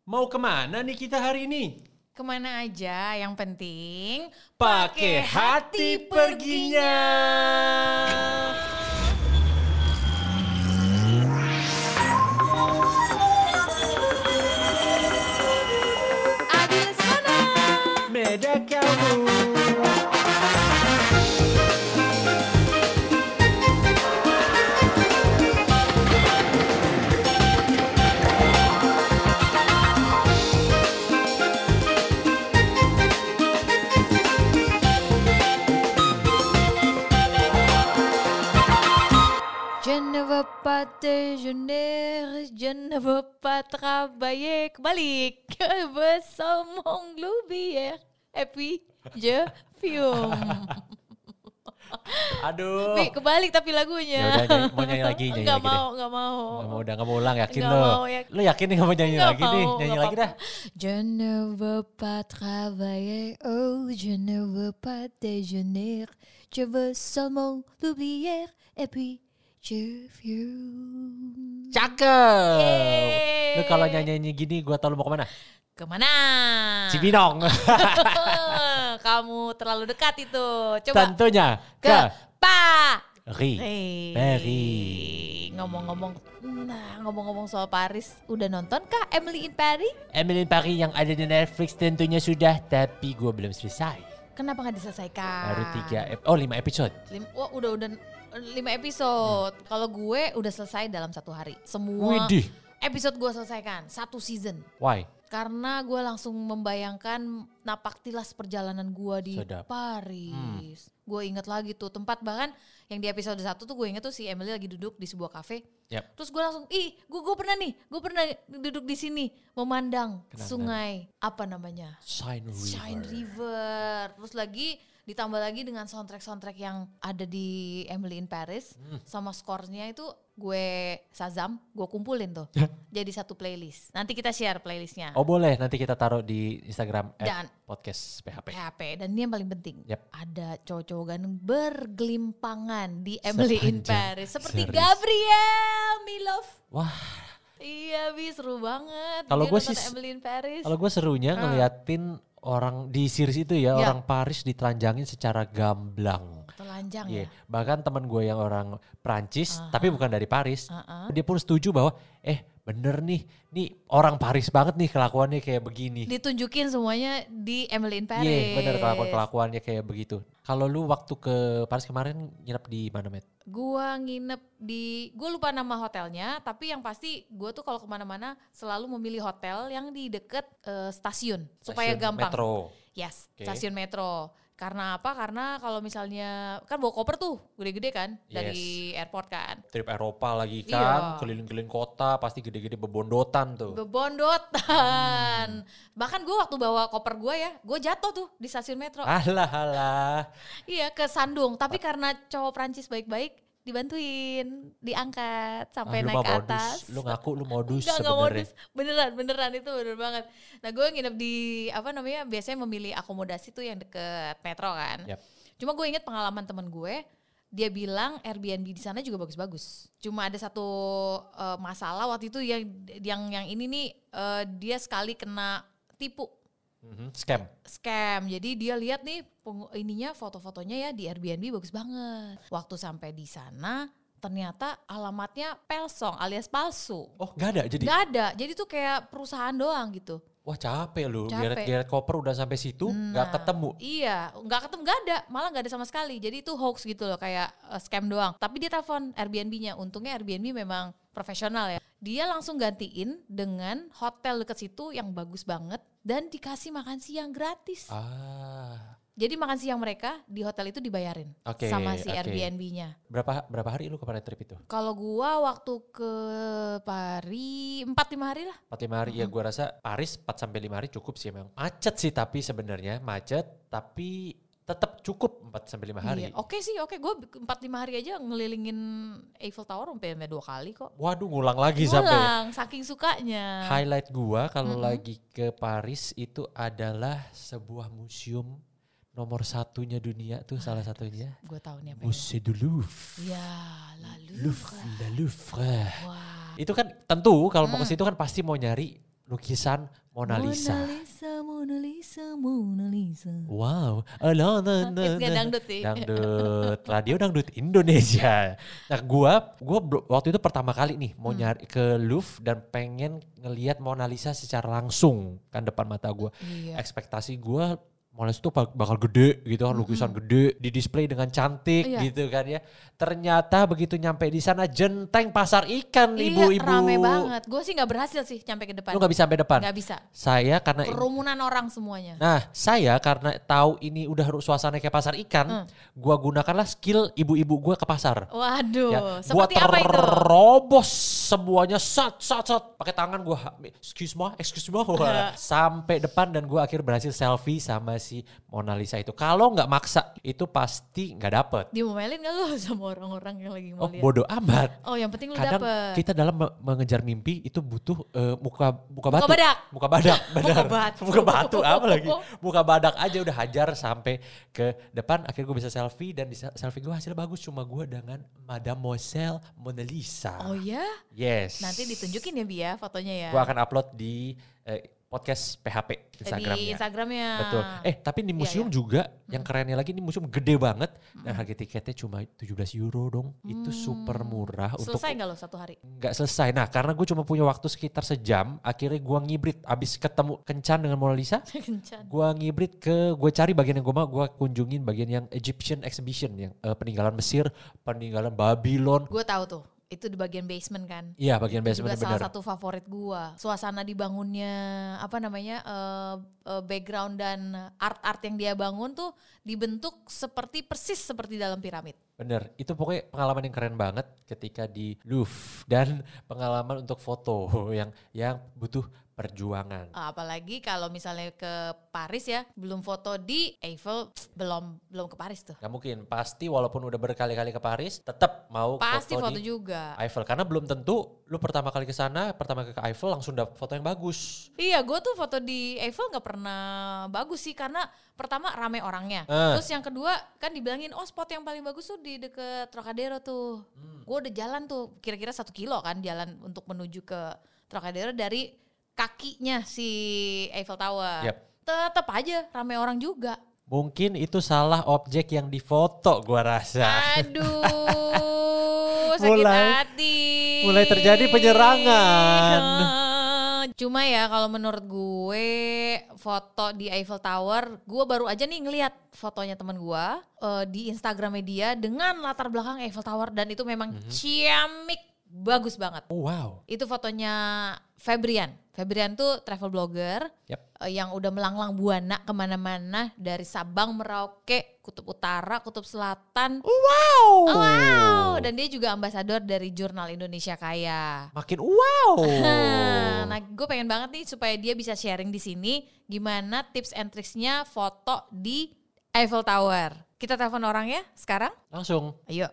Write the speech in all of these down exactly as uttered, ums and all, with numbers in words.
Mau kemana nih kita hari ini? Kemana aja, yang penting Pakai hati perginya. Abis mana? Beda kamu. Je ne veux pas déjeuner, je ne veux pas travailler. Kebalik. Bersama Lubier. Et puis, je fume. Aduh. Nih, kebalik tapi lagunya. Ya udah nyanyi, mau nyanyi lagi, nyanyi Nggak lagi mau, deh. nggak mau. Gak mau, udah gak mau ulang, yakin Nggak lo. mau, ya. Lo yakin nih gak mau nyanyi Nggak lagi mau, nih, nyanyi nggak lagi dah. apa-apa. Je ne veux pas travailler, oh, je ne veux pas déjeuner. Je veux seulement l'oublier, et puis je fume. Cakep. Yeay. Lo kalau nyanyi gini gue tau lo mau kemana? Kemana? Cibinong. Kamu terlalu dekat itu. Coba Tentunya ke ke Paris. Paris. Ngomong-ngomong, nah ngomong-ngomong soal Paris, udah nonton kah Emily in Paris? Emily in Paris yang ada di Netflix tentunya sudah, tapi gue belum selesai. Kenapa nggak diselesaikan? Baru tiga, ep- oh lima episode. Lim, wah udah udah lima episode. Hmm. Kalau gue udah selesai dalam satu hari. Semua Widih. episode gue selesaikan satu season. Why? Karena gue langsung membayangkan napaktilas perjalanan gue di Sedap. Paris. Hmm. Gue inget lagi tuh tempat, bahkan yang di episode satu tuh gue inget tuh si Emily lagi duduk di sebuah kafe. Yep. Terus gue langsung, ih gue gue pernah nih, gue pernah duduk di sini memandang Kenapa? sungai apa namanya? Shine River. Shine River. Terus lagi ditambah lagi dengan soundtrack-soundtrack yang ada di Emily in Paris. Hmm. Sama skornya itu gue Shazam, gue kumpulin tuh. Jadi satu playlist. Nanti kita share playlistnya. Oh boleh, nanti kita taruh di Instagram Dan podcast P H P. P H P. Dan ini yang paling penting. Yep. Ada cowok-cowok ganteng bergelimpangan di Emily in Sepanjang Paris. Seperti series. Gabriel, me love. Wah, Iya Bi, seru banget. Kalau Dia gue nonton sih- Emily in Paris. kalau gue serunya ngeliatin orang di series itu ya, Ya. orang Paris ditelanjangin secara gamblang. Telanjang Iya, ya. bahkan teman gue yang orang Prancis, Aha. tapi bukan dari Paris, Uh-uh. dia pun setuju bahwa eh bener nih, nih orang Paris banget nih kelakuannya kayak begini. Ditunjukin semuanya di Emily in Paris. Iya, bener kelakuan-kelakuannya kayak begitu. Kalau lu waktu ke Paris kemarin nginep di mana, Met? Gua nginep di, gue lupa nama hotelnya, tapi yang pasti gue tuh kalau kemana-mana selalu memilih hotel yang di deket eh, stasiun, supaya Stasiun gampang. Metro. Yes, Oke. stasiun metro. Karena apa? Karena kalau misalnya kan bawa koper tuh gede-gede kan dari airport kan. Trip Eropa lagi Iya. kan, keliling-keliling kota pasti gede-gede bebondotan tuh. Bebondotan. Hmm. Bahkan gue waktu bawa koper gue ya, gue jatuh tuh di stasiun metro. Alah alah. Iya, kesandung. Tapi karena cowok Prancis baik-baik, dibantuin, diangkat sampai Ah, lu naik mah ke modus. atas. Lu ngaku lu modus Enggak, enggak sebenarnya. modus. Beneran, beneran itu bener banget. Nah gue nginep di, apa namanya, biasanya memilih akomodasi tuh yang deket metro kan. Yap. Cuma gue inget pengalaman temen gue, dia bilang Airbnb di sana juga bagus-bagus. Cuma ada satu uh, masalah waktu itu yang yang yang ini nih, uh, dia sekali kena tipu. Mhm, scam. Scam. Jadi dia lihat nih peng- ininya foto-fotonya ya di Airbnb bagus banget. Waktu sampai di sana ternyata alamatnya pelsong alias palsu. Oh gak ada jadi? Gak ada. Jadi tuh kayak perusahaan doang gitu. Wah capek lu, Capek. geret-geret koper udah sampai situ gak Nah, ketemu. Iya, nggak ketemu, nggak ada, malah nggak ada sama sekali. Jadi itu hoax gitu loh, kayak uh, scam doang. Tapi dia telepon Airbnb-nya, untungnya Airbnb memang profesional ya. Dia langsung gantiin dengan hotel deket situ yang bagus banget dan dikasih makan siang gratis. Ah, Jadi makan siang mereka di hotel itu dibayarin Oke, sama si oke. Airbnb-nya. berapa berapa hari lu kemarin trip itu? Kalau gua waktu ke Paris empat lima hari lah. empat lima hari ya gua rasa Paris empat sampai lima hari cukup sih emang. Macet sih tapi sebenarnya macet tapi tetap cukup empat sampai lima hari. Iya, oke sih, oke. Gue empat lima hari aja ngelilingin Eiffel Tower sampai sampai dua kali kok. Waduh ngulang lagi sampai. Ngulang, saking sukanya. Highlight gua kalau Mm-mm. lagi ke Paris itu adalah sebuah museum nomor satunya dunia tuh salah satunya. Gue tahu nih apa. Musée du Louvre. Ya, lalu. Louvre, la Louvre. Wah. Itu kan tentu kalau mau ke Hmm. situ kan pasti mau nyari lukisan Mona Lisa. Mona Lisa, Mona Lisa, Mona Lisa. Wow, no, no, no, Itu gak dangdut sih. Dangdut, radio dangdut Indonesia. Nah, gua, gua waktu itu pertama kali nih mau Hmm. nyari ke Louvre dan pengen ngelihat Mona Lisa secara langsung kan depan mata gua. Iya. Ekspektasi gua Mona Lisa itu bakal gede gitu kan, lukisan gede, di display dengan cantik Iya. gitu kan ya. Ternyata begitu nyampe di sana jenteng pasar ikan Iya, ibu-ibu. rame banget. Gue sih gak berhasil sih nyampe ke depan. Lu gak bisa sampai depan? Gak bisa. Saya karena Kerumunan orang semuanya. Nah, saya karena tahu ini udah suasana kayak pasar ikan, Hmm. gua gunakanlah skill ibu-ibu gua ke pasar. Waduh, Ya, gua seperti apa itu? terobos semuanya sat sat sat pakai tangan gua, excuse me, excuse me, wah, sampai depan dan gua akhir berhasil selfie sama si Mona Lisa itu. Kalau nggak maksa, itu pasti nggak dapet. Diomelin gak lu sama orang-orang yang lagi Oh, mau lihat? bodoh amat. Oh, yang penting lu Kadang dapet. kita dalam me- mengejar mimpi itu butuh eh, muka muka Muka batu. badak. Muka badak, benar. Muka batu. Muka batu apa lagi? Muka badak aja udah hajar sampai ke depan. Akhirnya gue bisa selfie dan di se- selfie gue hasilnya bagus. Cuma gue dengan Mademoiselle Mona Lisa. Oh ya? Yes. Nanti ditunjukin ya Bi ya fotonya ya. Gue akan upload di eh, podcast P H P Instagramnya. Di Instagramnya. Betul. Eh tapi di Iya, museum iya. juga yang kerennya lagi, ini museum gede banget dan harga tiketnya cuma tujuh belas euro dong. Itu super murah untuk Selesai gak lo satu hari? nggak selesai. Nah karena gue cuma punya waktu sekitar sejam, akhirnya gue ngibrit abis ketemu kencan dengan Mona Lisa. Kencan. Gue ngibrit ke, gue cari bagian yang gue mau, gue kunjungin bagian yang Egyptian Exhibition, yang eh, peninggalan Mesir, peninggalan Babylon. Gue tahu tuh, itu di bagian basement kan. Iya bagian Itu juga basement salah bener. satu favorit gua. Suasana dibangunnya, apa namanya, eh, eh, background dan art-art yang dia bangun tuh dibentuk seperti persis seperti dalam piramid. Bener, itu pokoknya pengalaman yang keren banget ketika di Louvre dan pengalaman untuk foto yang yang butuh perjuangan. Apalagi kalau misalnya ke Paris ya, belum foto di Eiffel, belum belum ke Paris tuh. Gak mungkin, pasti walaupun udah berkali-kali ke Paris, tetap mau Pasti foto, foto di juga. Eiffel. Karena belum tentu lu pertama kali ke sana, pertama kali ke Eiffel langsung dapet foto yang bagus. Iya, gue tuh foto di Eiffel nggak pernah bagus sih karena pertama rame orangnya. Eh. Terus yang kedua kan dibilangin oh spot yang paling bagus tuh di deket Trocadero tuh. Hmm. Gue udah jalan tuh kira-kira satu kilo kan jalan untuk menuju ke Trocadero dari kakinya si Eiffel Tower. Yep. Tetep aja rame orang juga. Mungkin itu salah objek yang difoto gua rasa. Aduh, sakit Mulai- hati. mulai terjadi penyerangan. Cuma ya kalau menurut gue foto di Eiffel Tower, gue baru aja nih ngelihat fotonya teman gue eh, di Instagram media dengan latar belakang Eiffel Tower dan itu memang ciamik, bagus banget. Oh, wow. Itu fotonya Febrian. Febrian tuh travel blogger Yap. eh, yang udah melanglang buana kemana-mana dari Sabang, Merauke, Kutub Utara, Kutub Selatan. Wow. Oh, wow. Dan dia juga ambasador dari Jurnal Indonesia Kaya. Makin wow. Nah, gue pengen banget nih supaya dia bisa sharing di sini gimana tips and tricksnya foto di Eiffel Tower. Kita telepon orangnya sekarang. Langsung. Ayo.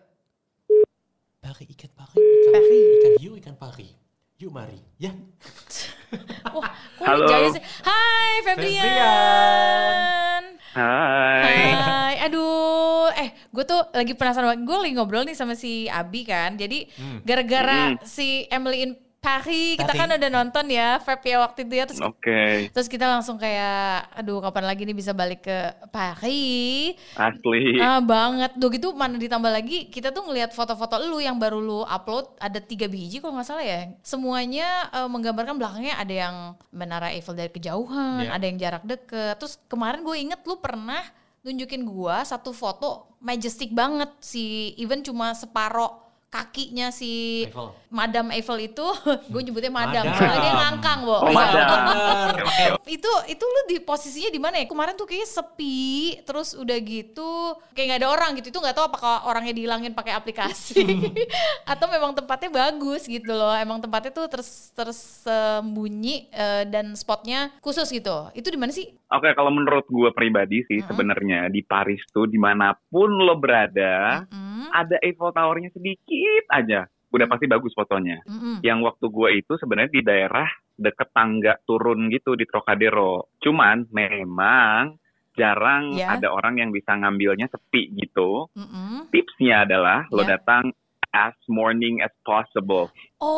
Pari ikan pari, ikan Pari. ikan hiu, ikan pari. Yuk mari. Ya. Wah, kok Halo. jauh sih? Hai Febrian. Febrian. Hai. Hai. Aduh, eh gue tuh lagi penasaran banget. Gue lagi ngobrol nih sama si Abi kan. Jadi gara-gara si Emily in Paris, kita Paris. kan udah nonton ya Feb ya waktu itu ya. Terus Oke, Terus kita langsung kayak, aduh kapan lagi nih bisa balik ke Paris. asli. Ah banget, duh gitu mana ditambah lagi kita tuh ngelihat foto-foto lu yang baru lu upload ada tiga biji kalau nggak salah ya. Semuanya eh, menggambarkan belakangnya ada yang menara Eiffel dari kejauhan, Iya. ada yang jarak deket. Terus kemarin gue inget lu pernah nunjukin gua satu foto majestic banget si even cuma separo kakinya si Eiffel. Madam Eiffel itu, gue nyebutnya Madam, Madam. soalnya dia ngangkang, Bo. Oh, Madam. Bener. Oke, oke. itu itu lu di posisinya di mana ya? Kemarin tuh kayaknya sepi, terus udah gitu kayak nggak ada orang gitu. Itu nggak tahu apakah orangnya dihilangin pakai aplikasi atau memang tempatnya bagus gitu loh. Emang tempatnya tuh terus tersembunyi eh, dan spotnya khusus gitu. Itu di mana sih? Oke, kalau menurut gue pribadi sih sebenarnya di Paris tuh dimanapun lo berada, Mm, ada Eiffel Tower-nya sedikit aja, udah pasti bagus fotonya. mm, mm. Yang waktu gue itu sebenarnya di daerah deket tangga turun gitu di Trocadero. Cuman memang jarang Ya. ada orang yang bisa ngambilnya sepi gitu. Mm-mm. Tipsnya adalah lo Ya. datang as morning as possible.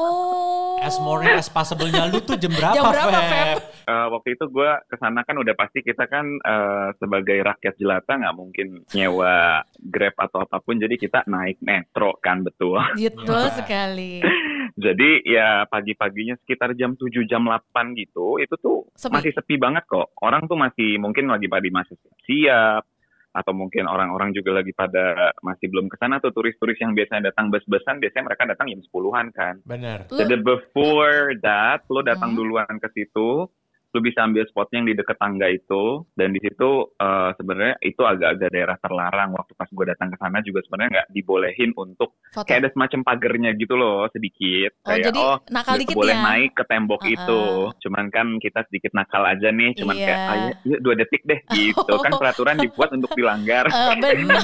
Oh. As morning as possible-nya lu tuh jam berapa, Jam berapa, Feb? Feb? Uh, waktu itu gue kesana kan udah pasti kita kan uh, sebagai rakyat jelata nggak mungkin nyewa Grab atau apapun, jadi kita naik metro kan, betul. Betul sekali. Jadi ya pagi-paginya sekitar jam tujuh, jam delapan gitu, itu tuh Sepi. masih sepi banget kok. Orang tuh masih mungkin lagi pada masih siap, atau mungkin orang-orang juga lagi pada masih belum kesana tuh, turis-turis yang biasanya datang bus-busan, biasanya mereka datang jam sepuluhan kan. Bener. Jadi before that, lo datang Hmm. duluan ke situ, lo bisa ambil spotnya yang di dekat tangga itu, dan di situ uh, sebenarnya itu agak-agak daerah terlarang. Waktu pas gue datang ke sana juga sebenarnya nggak dibolehin untuk Foto. kayak ada semacam pagernya gitu loh sedikit. Oh, Kayak jadi oh nakal nggak dikit boleh ya? naik ke tembok Uh-uh. itu. Cuman kan kita sedikit nakal aja nih. Cuman Iya. kayak ayo yuk dua detik deh gitu. Kan peraturan dibuat untuk dilanggar. Eh, benar.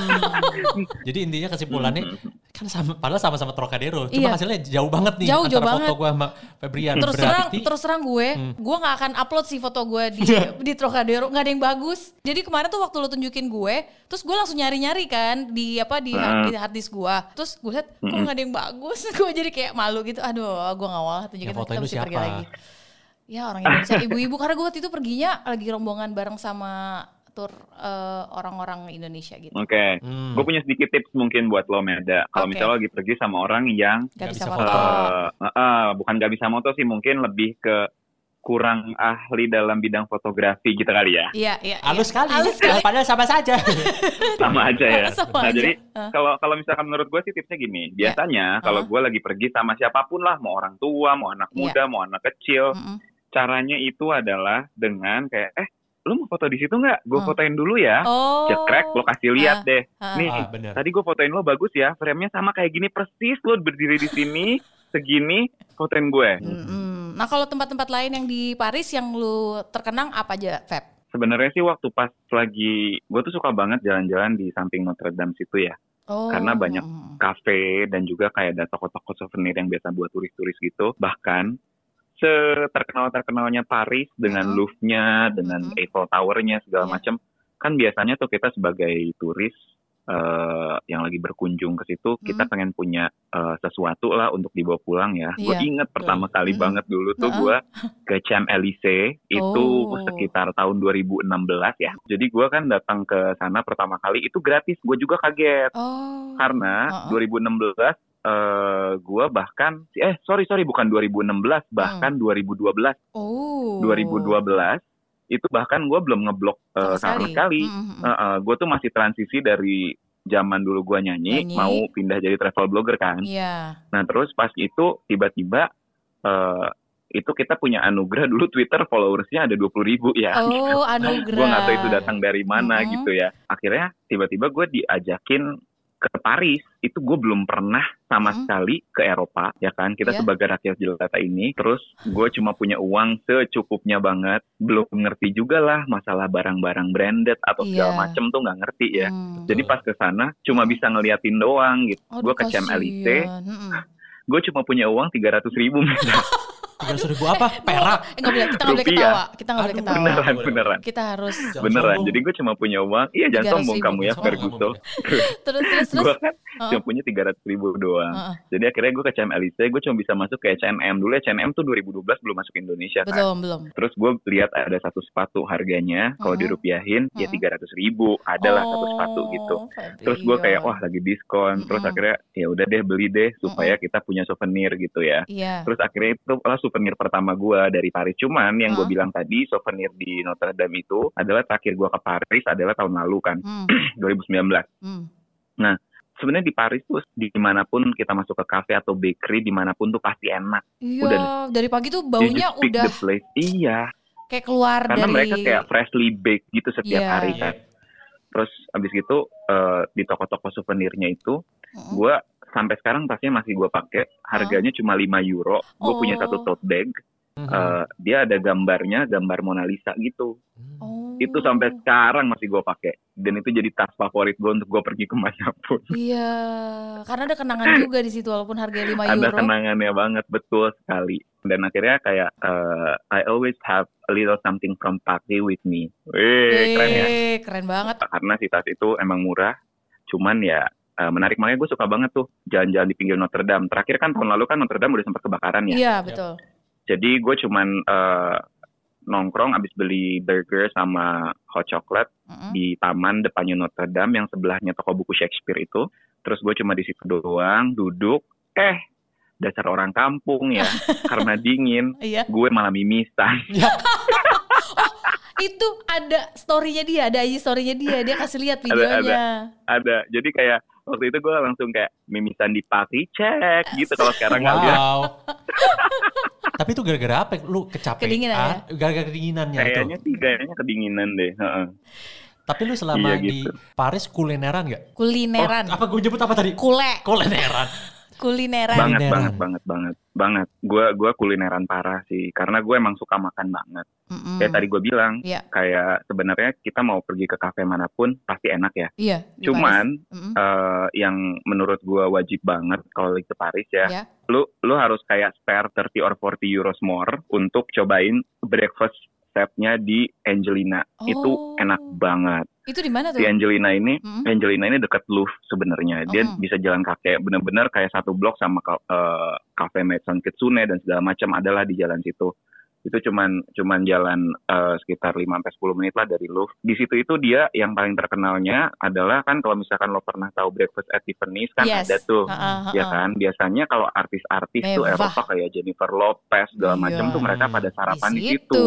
Jadi intinya kesimpulannya kan sama, padahal sama-sama Trocadero, Iya. cuma hasilnya jauh banget nih Jauh, antara jauh foto banget. gue sama Febrian. terus terang Berarti terus terang gue Hmm. gue nggak akan upload sih foto gue di di Trocadero, nggak ada yang bagus. Jadi kemarin tuh waktu lo tunjukin gue, terus gue langsung nyari nyari kan di apa di, Hmm. di hard disk gue, terus gue lihat kok nggak ada yang bagus. Gue jadi kayak malu gitu, aduh gue nggak mau tunjukin, Yang fotoin kita lu mesti siapa? pergi lagi. Ya orang Indonesia, ibu-ibu, karena gue waktu itu perginya lagi rombongan bareng sama tur eh, orang-orang Indonesia gitu. Oke. Hmm. Gue punya sedikit tips mungkin buat lo Meda. Kalau Oke. misalnya lo lagi pergi sama orang yang Gak Nggak bisa bisa foto. foto. uh, uh, uh, bukan gak bisa moto sih, mungkin lebih ke kurang ahli dalam bidang fotografi gitu kali ya. Iya iya. halus iya. sekali, Halus sekali. padahal sama saja. Sama aja ya. Sama Nah aja. jadi Uh. kalau kalau misalkan menurut gue sih tipsnya gini. Biasanya kalau Uh-huh. gue lagi pergi sama siapapun lah, mau orang tua, mau anak Iya. muda, mau anak kecil, Mm-mm. caranya itu adalah dengan kayak eh lu mau foto di situ nggak? Gue Uh. fotoin dulu ya. Oh. Cekrek, lo kasih lihat Ah. deh. Ah. Nih, Ah, bener. tadi gue fotoin lo bagus ya, frame-nya sama kayak gini persis, lo berdiri di sini segini, fotoin gue. Mm-mm. Nah kalau tempat-tempat lain yang di Paris yang lu terkenang apa aja, Feb? Sebenarnya sih waktu pas lagi, gue tuh suka banget jalan-jalan di samping Notre Dame situ ya. Oh. Karena banyak Mm-mm. Kafe dan juga kayak ada toko-toko souvenir yang biasa buat turis-turis gitu. Bahkan seterkenal-terkenalnya Paris dengan Mm-mm. Louvre-nya, dengan Mm-mm. Eiffel Tower-nya segala Iya. macam. Kan biasanya tuh kita sebagai turis eh, yang lagi berkunjung ke situ, kita Mm. pengen punya eh, sesuatu lah untuk dibawa pulang ya. Gue Iya. inget pertama kali Mm-mm. banget dulu tuh Uh-uh. gue ke Champs-Élysées itu Oh. sekitar tahun dua ribu enam belas ya. Jadi gue kan datang ke sana pertama kali itu gratis. Gue juga kaget Oh. karena Uh-uh. dua ribu enam belas eh gue bahkan eh sorry sorry bukan dua ribu enam belas bahkan dua ribu dua belas Oh. dua ribu dua belas itu bahkan gue belum ngeblok Sama eh, sama sekali. Mm-mm. gue tuh masih transisi dari zaman dulu gue nyanyi, Nyanyi. mau pindah jadi travel blogger kan. Iya. Nah terus pas itu tiba-tiba eh, itu kita punya anugerah dulu Twitter followersnya ada dua puluh ribu ya. Oh, anugerah. Gue nggak tahu itu datang dari mana Mm-mm. gitu ya. Akhirnya tiba-tiba gue diajakin ke Paris. Itu gue belum pernah sama Mm-mm. sekali ke Eropa ya kan. Kita Iya. sebagai rakyat jelata ini. Terus gue cuma punya uang secukupnya banget. Belum ngerti juga lah masalah barang-barang branded atau segala Iya. macem tuh nggak ngerti ya. Hmm. Jadi pas ke sana cuma bisa ngeliatin doang gitu. Aduh, Gue ke Champs-Élysées, kasihan. Mm-mm. gue cuma punya uang tiga ratus ribu. tiga ratus ribu apa? Perak. Eh, nggak boleh, kita nggak boleh Rupiah. ketawa. Kita nggak boleh Aduh, ketawa. Beneran, beneran. Kita harus Jangan Beneran, sombong. jadi gue cuma punya uang. Iya, jangan tiga ratus sombong ribu. kamu ya, Sombong Ferguson. kamu. terus terus terus. Gue kan Heeh. cuma punya tiga ratus ribu doang. Heeh. Jadi akhirnya gue ke Champs-Élysées, gue cuma bisa masuk ke H and M. Dulu H and M tuh dua ribu dua belas belum masuk Indonesia kan. Belum belum. Terus gue lihat ada satu sepatu harganya, kalau Mm-mm. dirupiahin ya Mm-mm. tiga ratus ribu. Adalah satu sepatu gitu. Oh, Febri, Terus gue kayak, iya. wah lagi diskon. Terus Mm-mm. akhirnya ya udah deh beli deh supaya kita punya souvenir gitu ya. Iya. Terus akhirnya itu adalah souvenir pertama gue dari Paris. Cuman yang gue Hmm. bilang tadi, souvenir di Notre Dame itu adalah terakhir gue ke Paris adalah tahun lalu kan, Hmm. dua ribu sembilan belas. Hmm. Sebenarnya di Paris tuh dimanapun kita masuk ke cafe atau bakery, dimanapun tuh pasti enak. Iya, Udah dari pagi tuh You baunya just pick udah the place. Iya, kayak keluar karena dari mereka kayak freshly baked gitu setiap Iya. hari kan. Terus abis gitu eh, di toko-toko souvenirnya itu, Mm-mm. gue sampai sekarang pastinya masih gue pakai. Harganya cuma lima euro. Gue Oh. punya satu tote bag. Mhm. Eh, dia ada gambarnya, gambar Mona Lisa gitu. Oh. Itu sampai sekarang masih gue pakai. Dan itu jadi tas favorit gue untuk gue pergi kemanapun. Iya, karena ada kenangan juga di situ walaupun harganya lima Ada euro. kenangannya banget, betul sekali. Dan akhirnya kayak eh, I always have a little something from Paris with me. Wih, keren ya. Eh, keren banget. Karena si tas itu emang murah, cuman ya uh, menarik. Makanya gue suka banget tuh jalan-jalan di pinggir Notre Dame. Terakhir kan tahun lalu kan Notre Dame udah sempat kebakaran ya. Iya betul. Jadi gue cuman uh, nongkrong abis beli burger sama hot chocolate mm-hmm. di taman depannya Notre Dame yang sebelahnya toko buku Shakespeare itu. Terus gue cuma di situ doang, duduk. Eh, dasar orang kampung ya, karena dingin, iya. gue malah mimisan. Itu ada story-nya dia, ada I G story-nya dia, dia kasih lihat videonya. Ada, ada, ada. Jadi kayak waktu itu gue langsung kayak mimisan di Paris, cek gitu. Kalau sekarang nggak dia. Wow. Tapi itu gara-gara apa? Lu kecapean? Kedinginan ya? Gara-gara kedinginannya itu? Kayaknya sih, kayaknya kedinginan deh. Uh-uh. Tapi lu selama iya, gitu. di Paris kulineran nggak? Kulineran. Oh, apa gue nyebut apa tadi? Kule. Kulineran. Kulineran. Banget, kulineran. banget, banget, banget, banget. Gue gue kulineran parah sih, karena gue emang suka makan banget. Mm-mm. Kayak tadi gue bilang, yeah. kayak sebenarnya kita mau pergi ke kafe manapun pasti enak ya. Iya. Cuman uh, yang menurut gue wajib banget kalau lagi ke Paris ya, yeah. lu lu harus kayak spare thirty or forty euros more untuk cobain breakfast setnya di Angelina. Oh. Itu enak banget. Itu di mana tuh? Di Angelina ini, mm-hmm. Angelina ini dekat Louvre sebenarnya. Dia mm-hmm. bisa jalan kaki, benar-benar kayak satu blok sama uh, Cafe Maison Kitsune dan segala macam adalah di jalan situ. Itu cuman cuman jalan uh, sekitar lima sampai sepuluh menit lah dari Louvre. Di situ itu dia yang paling terkenalnya adalah kan kalau misalkan lo pernah tahu Breakfast at Tiffany's kan yes. ada tuh. Uh-uh, uh-uh. Ya kan? Biasanya kalau artis-artis Mewah. tuh Eropa kayak Jennifer Lopez segala macam tuh mereka pada sarapan di, di situ.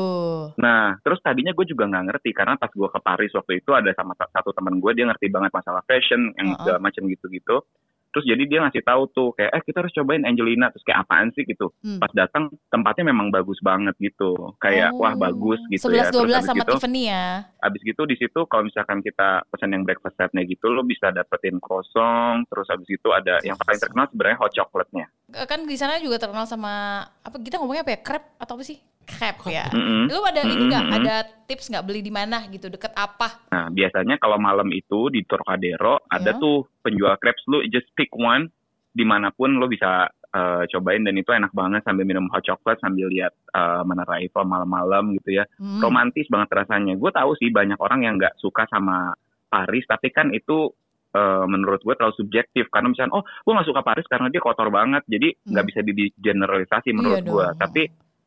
Nah, terus tadinya gue juga nggak ngerti karena pas gue ke Paris waktu itu ada sama satu teman gue, dia ngerti banget masalah fashion yang uh-uh. segala macam gitu-gitu. Terus jadi dia ngasih tahu tuh kayak eh kita harus cobain Angelina. Terus kayak apaan sih gitu. Hmm. Pas datang tempatnya memang bagus banget gitu. Kayak oh, wah bagus gitu ya. sebelas dua belas sama gitu, Tiffany ya. Abis gitu di situ kalau misalkan kita pesan yang breakfast setnya gitu lo bisa dapetin croissant. Terus abis itu ada yang paling terkenal sebenarnya hot chocolate-nya. Kan di sana juga terkenal sama apa kita ngomongnya apa ya? Crepe atau apa sih? Crepe ya. Mm-hmm. Lu ada mm-hmm. ini nggak? Ada tips nggak beli di mana gitu? Deket apa? Nah biasanya kalau malam itu di Trocadero yeah. ada tuh penjual crepes. Lu just pick one dimanapun lo bisa uh, cobain dan itu enak banget sambil minum hot chocolate sambil lihat uh, Menara Eiffel malam-malam gitu ya. Mm. Romantis banget rasanya. Gue tahu sih banyak orang yang nggak suka sama Paris, tapi kan itu Uh, menurut gue terlalu subjektif karena misalnya oh gue nggak suka Paris karena dia kotor banget jadi nggak hmm. bisa di-generalisasi menurut iya gue tapi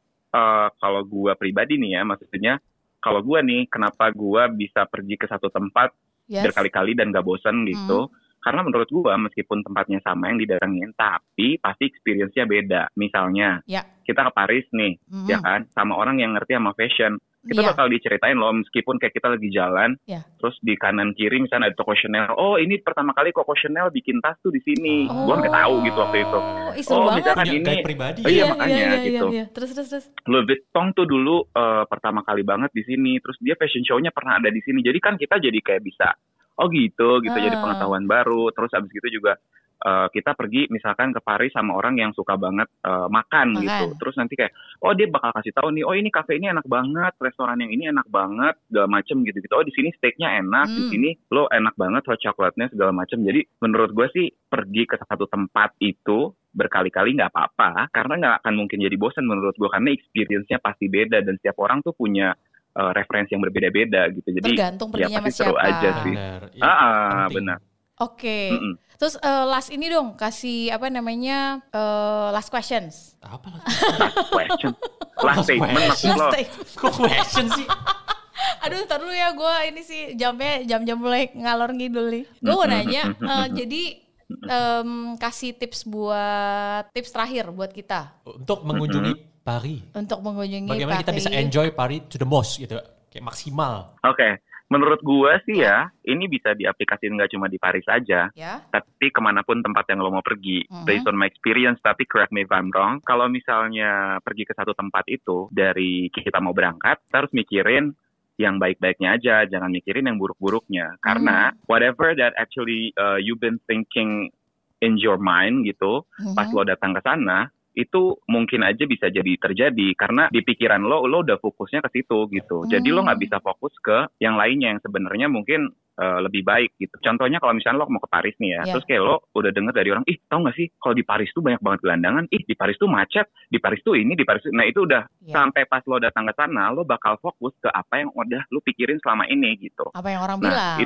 uh, kalau gue pribadi nih ya maksudnya kalau gue nih kenapa gue bisa pergi ke satu tempat yes. berkali-kali dan gak bosan gitu hmm. karena menurut gue meskipun tempatnya sama yang didatengin tapi pasti experience-nya beda misalnya ya. Kita ke Paris nih hmm. ya kan sama orang yang ngerti sama fashion kita yeah. bakal diceritain loh meskipun kayak kita lagi jalan yeah. terus di kanan kiri misalnya ada toko Chanel oh ini pertama kali Coco Chanel bikin tas tuh di sini oh. gue nggak tahu gitu waktu itu oh misalkan ini ini pribadi oh, iya, ya makanya iya, iya, gitu iya, iya. terus terus terus Louis Vuitton tuh dulu uh, pertama kali banget di sini terus dia fashion show-nya pernah ada di sini jadi kan kita jadi kayak bisa oh gitu gitu uh. jadi pengetahuan baru terus abis gitu juga Uh, kita pergi misalkan ke Paris sama orang yang suka banget uh, makan, makan gitu. Terus nanti kayak, oh dia bakal kasih tahu nih, oh ini kafe ini enak banget, restoran yang ini enak banget, segala macem gitu-gitu. Oh di sini steaknya enak, hmm. di sini lo enak banget hot chocolate-nya segala macem. Jadi menurut gue sih pergi ke satu tempat itu berkali-kali nggak apa-apa, karena nggak akan mungkin jadi bosan menurut gue karena experience-nya pasti beda dan setiap orang tuh punya uh, referensi yang berbeda-beda gitu. Jadi tergantung ya pasti seru aja sih. Benar. Ya, ah, benar. Oke, okay. Terus uh, last ini dong kasih apa namanya uh, last questions. Apa lagi? Last question, last statement maksud lo? Kok question sih? Aduh, ntar dulu ya gue ini sih jamnya jam-jam mulai ngalor ngidul nih. Gue mau nanya, uh, jadi um, kasih tips buat tips terakhir buat kita untuk mengunjungi Paris. Untuk mengunjungi Bagaimana Paris. Kita bisa enjoy Paris to the most gitu, kayak maksimal. Oke. Okay. Menurut gue sih ya, ini bisa diaplikasikan nggak cuma di Paris aja, ya. Tapi kemanapun tempat yang lo mau pergi. Mm-hmm. Based on my experience, tapi correct me if I'm wrong. Kalau misalnya pergi ke satu tempat itu, dari kita mau berangkat, kita harus mikirin yang baik-baiknya aja, jangan mikirin yang buruk-buruknya. Karena mm-hmm. whatever that actually uh, you've been thinking in your mind gitu, mm-hmm. pas lo datang ke sana, itu mungkin aja bisa jadi terjadi karena di pikiran lo lo udah fokusnya ke situ gitu. Hmm. Jadi lo nggak bisa fokus ke yang lainnya yang sebenarnya mungkin uh, lebih baik gitu. Contohnya kalau misalnya lo mau ke Paris nih ya, yeah. terus kayak lo udah denger dari orang, ih tau nggak sih kalau di Paris tuh banyak banget gelandangan, ih di Paris tuh macet, di Paris tuh ini, di Paris tuh, nah itu udah yeah. sampai pas lo datang ke sana lo bakal fokus ke apa yang udah lo pikirin selama ini gitu. Apa yang orang nah, bilang? Itu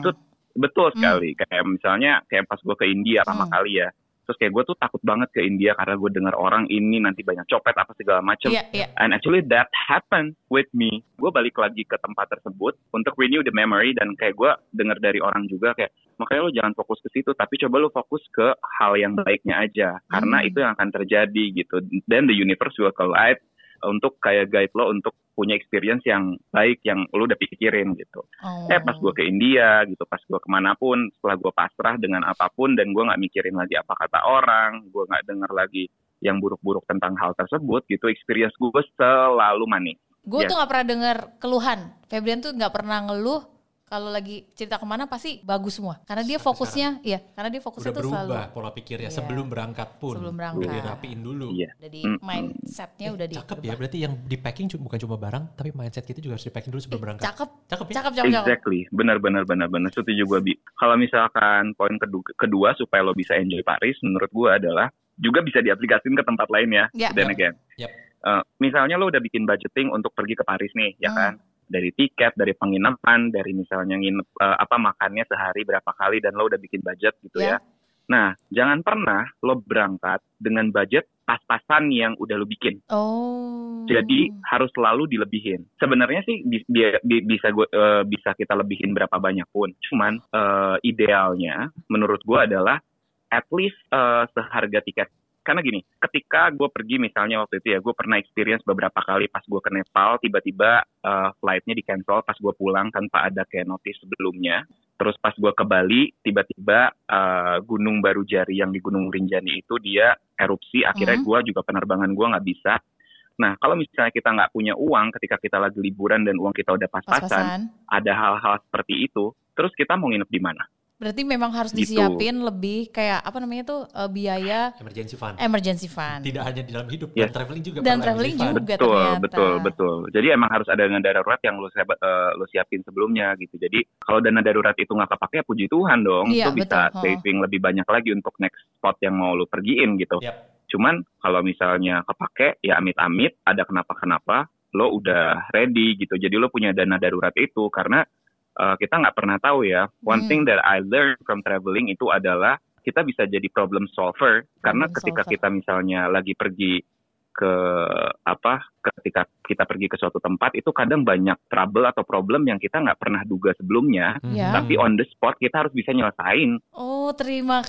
Betul Hmm. sekali. Kayak misalnya kayak pas gue ke India pertama Hmm. kali ya. Terus kayak gue tuh takut banget ke India karena gue dengar orang ini nanti banyak copet apa segala macam. Iya, iya. And actually that happened with me. Gue balik lagi ke tempat tersebut untuk renew the memory dan kayak gue dengar dari orang juga kayak makanya lo jangan fokus ke situ tapi coba lo fokus ke hal yang baiknya aja karena Hmm. itu yang akan terjadi gitu. Then the universe will collide untuk kayak guide lo untuk punya experience yang baik yang lo udah pikirin gitu. Oh. Eh pas gue ke India gitu, pas gue kemanapun, setelah gue pasrah dengan apapun dan gue nggak mikirin lagi apa kata orang, gue nggak dengar lagi yang buruk-buruk tentang hal tersebut gitu, experience gue selalu manis. Gue Yes. tuh nggak pernah dengar keluhan. Febrian tuh nggak pernah ngeluh kalau lagi cerita kemana pasti bagus semua. Karena dia Sampai fokusnya, iya, karena dia fokusnya Udah tuh selalu berubah pola pikirnya Iya. sebelum berangkat pun. Sebelum berangkat. Udah dirapiin dulu. Iya. jadi Mm-mm. mindsetnya udah di. Cakep ya, berarti yang di packing cu- bukan cuma barang, tapi mindset kita juga harus di packing dulu sebelum berangkat. Cakep, Cakep ya? cakep, cakep, cakep. Exactly, benar-benar benar-benar setuju gue Bi. Kalau misalkan poin kedua, kedua supaya lo bisa enjoy Paris, menurut gue adalah juga bisa diaplikasikan ke tempat lain ya. Ya. Dan again, Yap. Uh, misalnya lo udah bikin budgeting untuk pergi ke Paris nih, ya Hmm. kan? Dari tiket, dari penginapan, dari misalnya nginep uh, apa makannya sehari berapa kali dan lo udah bikin budget gitu Ya. ya. Nah, jangan pernah lo berangkat dengan budget pas-pasan yang udah lo bikin. Oh. Jadi harus selalu dilebihin. Sebenarnya sih bi- bi- bi- bisa gua, eh, bisa kita lebihin berapa banyak pun. Cuman eh, idealnya menurut gue adalah at least eh, seharga tiket. Karena gini, ketika gue pergi misalnya waktu itu ya, gue pernah experience beberapa kali pas gue ke Nepal, tiba-tiba eh, flightnya di cancel pas gue pulang tanpa ada kayak notice sebelumnya. Terus pas gue ke Bali, tiba-tiba eh, Gunung Barujari yang di Gunung Rinjani itu dia erupsi. Akhirnya Hmm. gue juga penerbangan gue nggak bisa. Nah, kalau misalnya kita nggak punya uang ketika kita lagi liburan dan uang kita udah pas-pasan, Pas-pasan. ada hal-hal seperti itu, terus kita mau nginep di mana? Berarti memang harus Gitu. disiapin lebih kayak apa namanya tuh eh, biaya Emergency fund. emergency fund. Tidak hanya di dalam hidup, Yes. dan traveling juga. Dan perlu traveling emergency fund. juga. Betul, ternyata. betul, betul. Jadi emang harus ada dana darurat yang lo, siap, eh, lo siapin sebelumnya gitu. Jadi kalau dana darurat itu nggak kepake, ya puji Tuhan dong. Iya, Lo bisa betul. saving lebih banyak lagi untuk next spot yang mau lo pergiin gitu. Yap. Cuman kalau misalnya kepake, ya amit-amit, ada kenapa-kenapa, lo udah ready gitu. Jadi lo punya dana darurat itu karena uh, kita nggak pernah tahu ya. One Hmm. thing that I learned from traveling itu adalah kita bisa jadi problem solver karena Problem ketika solver. kita misalnya lagi pergi ke apa, ketika kita pergi ke suatu tempat itu kadang banyak trouble atau problem yang kita nggak pernah duga sebelumnya. Ya. Tapi on the spot kita harus bisa nyelesain. Oh, terima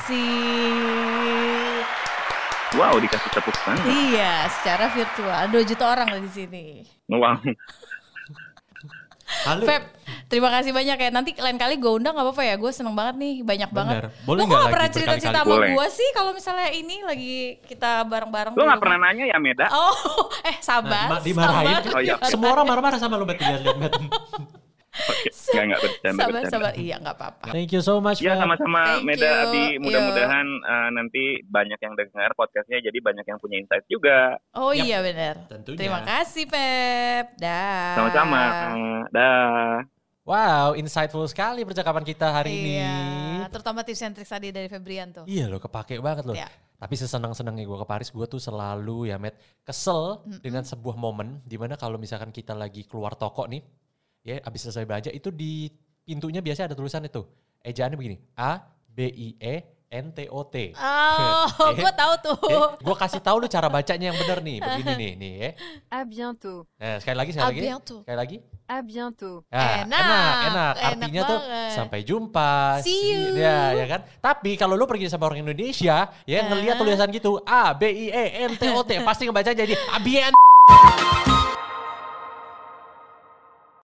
kasih. Wow, dikasih tepuk tangan. Iya, secara virtual. Dua juta orang lah di sini. Wow. Halo. Feb, terima kasih banyak ya. Nanti lain kali gue undang gak apa-apa ya. Gue seneng banget nih, banyak banget. Bener. Boleh Lo kok nggak gak lagi pernah cerita-cerita sama berkali-kali? gue sih kalau misalnya ini lagi kita bareng-bareng. Lo di nggak rumah? pernah nanya ya Meda? Oh, eh sabar. Nah, dimarahin. sabar. Oh, iya. Semua orang marah-marah sama lu, Bet. Lihat-lihat, Bet. Oke, nggak nggak bercanda Sabar, bercanda. sabar. Iya, gak apa-apa. Thank you so much, Ya Feb. sama-sama Thank Meda, you. Abi. Mudah-mudahan uh, nanti banyak yang dengar podcastnya, jadi banyak yang punya insight juga. Oh Yap. iya benar. Tentunya. Terima kasih, Pep. Dah. Sama-sama. Dah. Wow, insightful sekali percakapan kita hari ini. Iya, terutama tips and tricks tadi dari Febrian tuh. Iya loh, kepake banget loh. Iya. Tapi sesenang-senangnya gue ke Paris, gue tuh selalu ya, Met, kesel Mm-mm. dengan sebuah momen dimana kalau misalkan kita lagi keluar toko nih, ya abis selesai belanja, itu di pintunya biasanya ada tulisan itu. Ejaannya begini, A, B, I, E, N, T, O, T. Oh, Eh, gue tahu tuh. gue kasih tahu lu cara bacanya yang benar nih, begini nih, nih ya. À bientôt. Nah, sekali lagi, sekali À lagi, bientôt. sekali lagi. À bientôt. Ya, Enak, enak, enak. enak Artinya tuh banget. sampai jumpa. See you. Ya, ya kan. Tapi kalau lu pergi sama orang Indonesia, ya ngelihat Ah. tulisan gitu, A, B, I, E, N, T, O, T, pasti ngebaca jadi abien.